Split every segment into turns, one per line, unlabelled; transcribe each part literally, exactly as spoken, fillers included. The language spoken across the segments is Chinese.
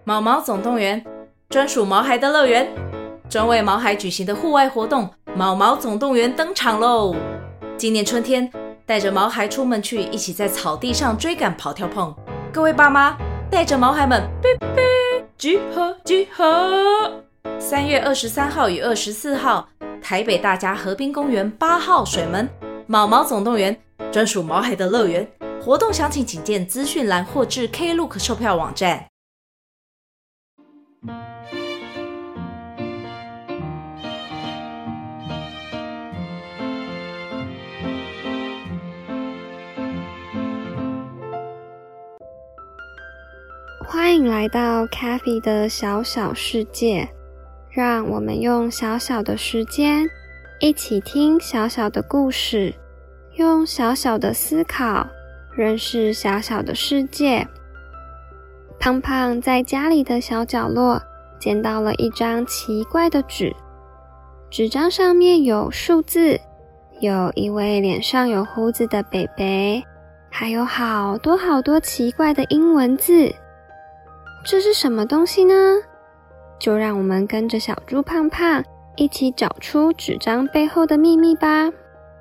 毛毛总动员，专属毛孩的乐园，专为毛孩举行的户外活动毛毛总动员登场喽！今年春天，带着毛孩出门去，一起在草地上追赶跑跳碰。各位爸妈，带着毛孩们，哔哔，集合集合！三月二十三号与二十四号，台北大家河滨公园八号水门毛毛总动员，专属毛孩的乐园。活动详情请见资讯栏或至 Klook 售票网站。
欢迎来到 Kathy 的小小世界，让我们用小小的时间一起听小小的故事，用小小的思考认识小小的世界。胖胖在家里的小角落捡到了一张奇怪的纸，纸张上面有数字，有一位脸上有胡子的伯伯，还有好多好多奇怪的英文字。这是什么东西呢？就让我们跟着小猪胖胖一起找出纸张背后的秘密吧。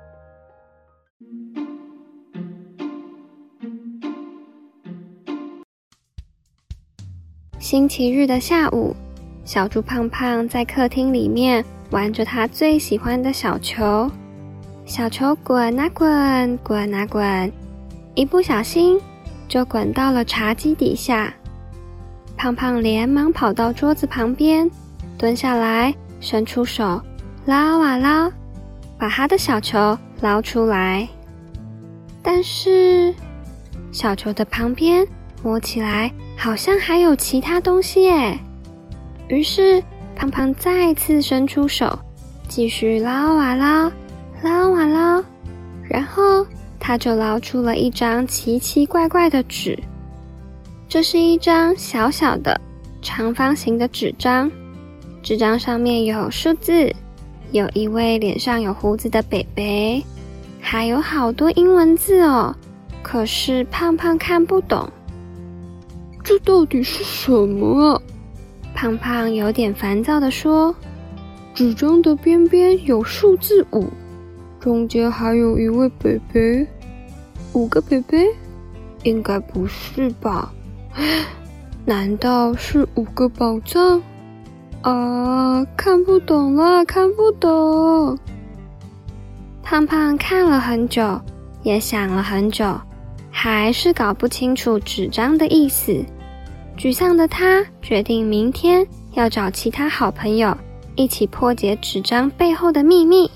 星期日的下午，小猪胖胖在客厅里面玩着他最喜欢的小球。小球滚啊滚，滚啊滚，一不小心就滚到了茶几底下。胖胖连忙跑到桌子旁边，蹲下来，伸出手，捞啊捞，把他的小球捞出来。但是，小球的旁边摸起来好像还有其他东西耶。于是，胖胖再次伸出手，继续捞啊捞，捞啊捞，然后他就捞出了一张奇奇怪怪的纸。这是一张小小的长方形的纸张，纸张上面有数字，有一位脸上有胡子的伯伯，还有好多英文字哦，可是胖胖看不懂。这到底是什么啊？胖胖有点烦躁地说。纸张的边边有数字五，中间还有一位伯伯。五个伯伯？应该不是吧？难道是五个宝藏？啊，看不懂了，看不懂。胖胖看了很久，也想了很久，还是搞不清楚纸张的意思。沮丧的他决定明天要找其他好朋友一起破解纸张背后的秘密。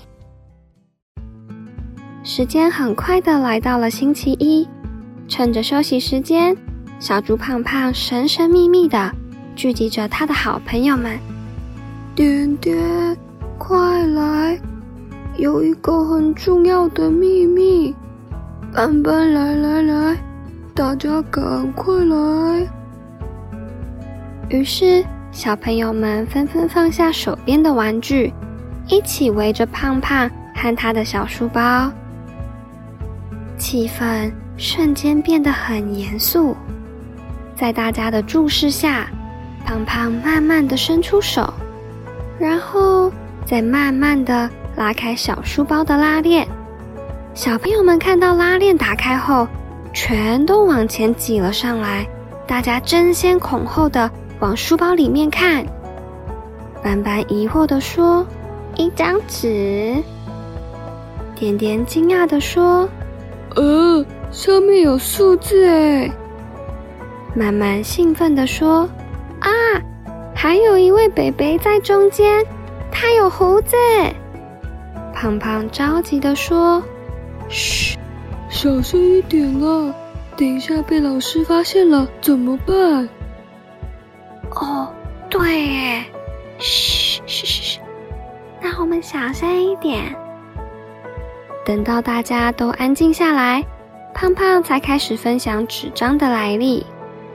时间很快的来到了星期一，趁着休息时间，小猪胖胖神神秘秘的聚集着他的好朋友们。点点，快来，有一个很重要的秘密。斑斑，来来来，大家赶快来。于是小朋友们纷纷放下手边的玩具，一起围着胖胖和他的小书包。气氛瞬间变得很严肃。在大家的注视下，胖胖慢慢地伸出手，然后再慢慢地拉开小书包的拉链。小朋友们看到拉链打开后，全都往前挤了上来，大家争先恐后地往书包里面看。斑斑疑惑地说：“一张纸。”点点惊讶地说：“呃，上面有数字诶。”慢慢兴奋地说：“啊，还有一位伯伯在中间，他有胡子。”胖胖着急地说：“嘘，小声一点啦，等一下被老师发现了怎么办？”哦，对耶，嘘嘘嘘，那我们小声一点。等到大家都安静下来，胖胖才开始分享纸张的来历。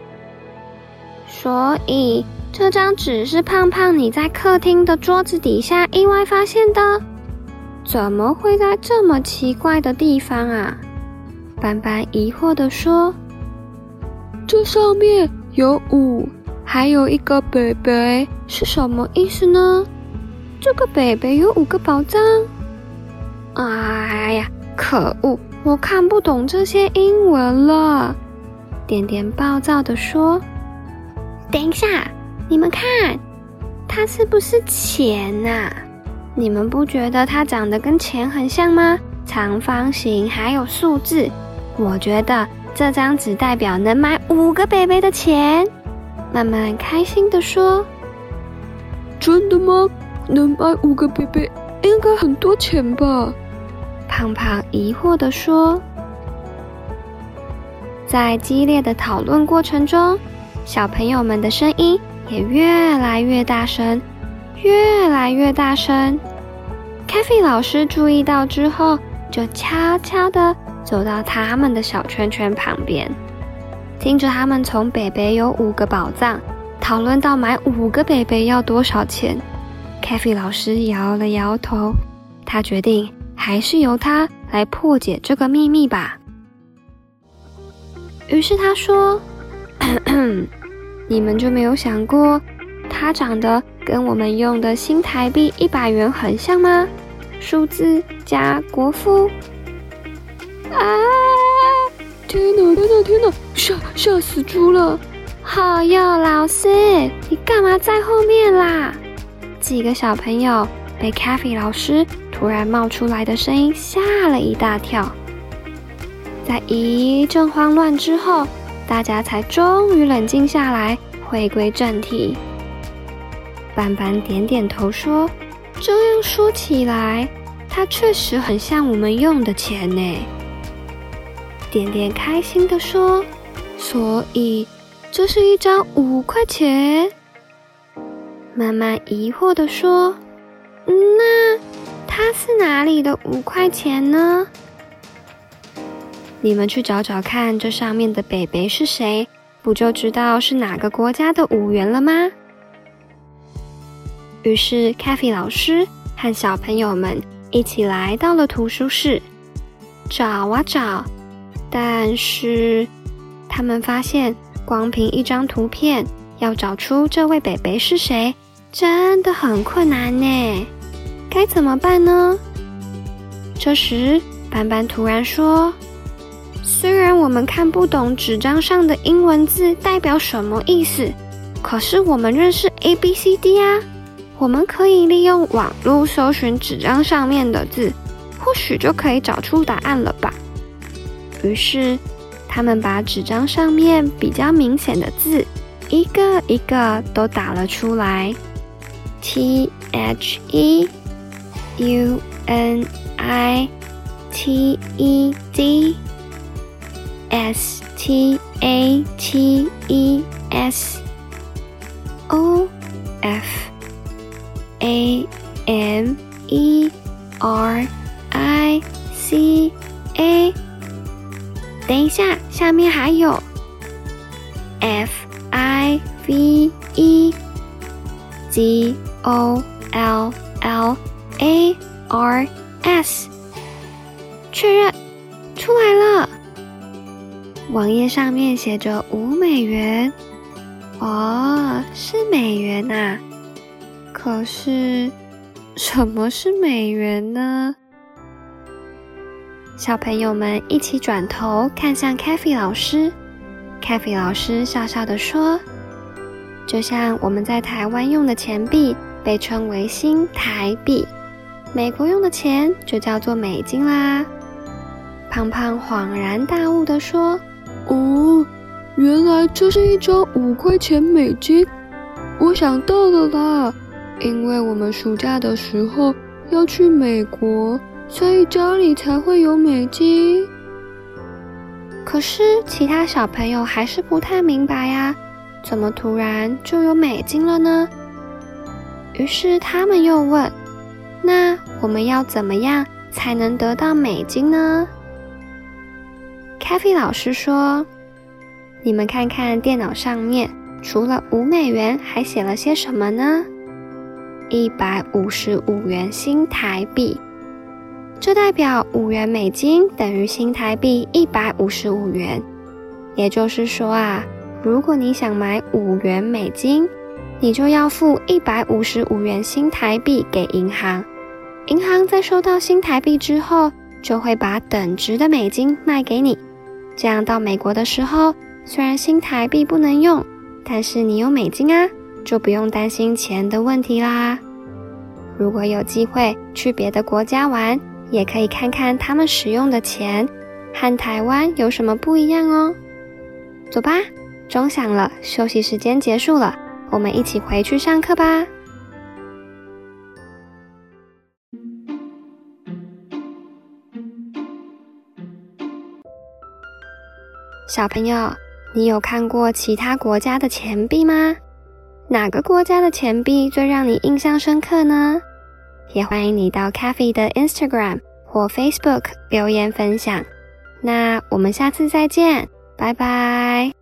所以这张纸是胖胖你在客厅的桌子底下意外发现的？怎么会在这么奇怪的地方啊？斑斑疑惑地说：“这上面有五还有一个北北是什么意思呢？这个北北有五个宝藏。哎呀，可恶，我看不懂这些英文了。点点暴躁地说：等一下，你们看，它是不是钱啊？你们不觉得它长得跟钱很像吗？长方形还有数字，我觉得这张纸代表能买五个贝贝的钱。慢慢开心地说：真的吗？能买五个贝贝应该很多钱吧？胖胖疑惑地说。在激烈的讨论过程中，小朋友们的声音也越来越大声，越来越大声。咖啡老师注意到之后，就悄悄地走到他们的小圈圈旁边，听着他们从北北有五个宝藏讨论到买五个北北要多少钱。咖啡老师摇了摇头，他决定还是由他来破解这个秘密吧。于是他说：咳咳，你们就没有想过它长得跟我们用的新台币一百元很像吗？数字加国父。啊！天哪天哪天哪，吓吓死猪了！好哟，老师，你干嘛在后面啦？几个小朋友被咖啡老师突然冒出来的声音吓了一大跳。在一阵慌乱之后，大家才终于冷静下来，回归正题。斑斑点点头说：这样说起来，它确实很像我们用的钱呢。点点开心地说：所以这是一张五块钱？妈妈疑惑地说：那它是哪里的五块钱呢？你们去找找看，这上面的北北是谁，不就知道是哪个国家的五元了吗？于是咖啡老师和小朋友们一起来到了图书室，找啊找，但是他们发现光凭一张图片要找出这位北北是谁真的很困难呢，该怎么办呢？这时斑斑突然说：虽然我们看不懂纸张上的英文字代表什么意思，可是我们认识 A B C D 啊，我们可以利用网络搜寻纸张上面的字，或许就可以找出答案了吧。于是他们把纸张上面比较明显的字一个一个都打了出来， T H E U N I T E D S T A T E S O F A M E R I C A。 等一下，下面还有 F I V E G O L L A R S。 确认，出来了。网页上面写着五美元。哦，是美元啊。可是什么是美元呢？小朋友们一起转头看向咖啡老师。咖啡老师笑笑地说：就像我们在台湾用的钱币被称为新台币，美国用的钱就叫做美金啦。胖胖恍然大悟地说：哦，原来这是一张五块钱美金，我想到了啦，因为我们暑假的时候要去美国，所以家里才会有美金。可是其他小朋友还是不太明白呀，怎么突然就有美金了呢？于是他们又问：那我们要怎么样才能得到美金呢？咖啡老师说：你们看看电脑上面，除了五美元还写了些什么呢？一百五十五元新台币，这代表五元美金等于新台币一百五十五元。也就是说啊， 如果你想买五元美金，你就要付一百五十五元新台币给银行。银行在收到新台币之后，就会把等值的美金卖给你。这样到美国的时候，虽然新台币不能用，但是你有美金啊，就不用担心钱的问题啦。如果有机会去别的国家玩，也可以看看他们使用的钱和台湾有什么不一样哦。走吧，钟响了，休息时间结束了，我们一起回去上课吧。小朋友，你有看过其他国家的钱币吗？哪个国家的钱币最让你印象深刻呢？也欢迎你到 Kathy 的 Instagram 或 Facebook 留言分享。那我们下次再见，拜拜。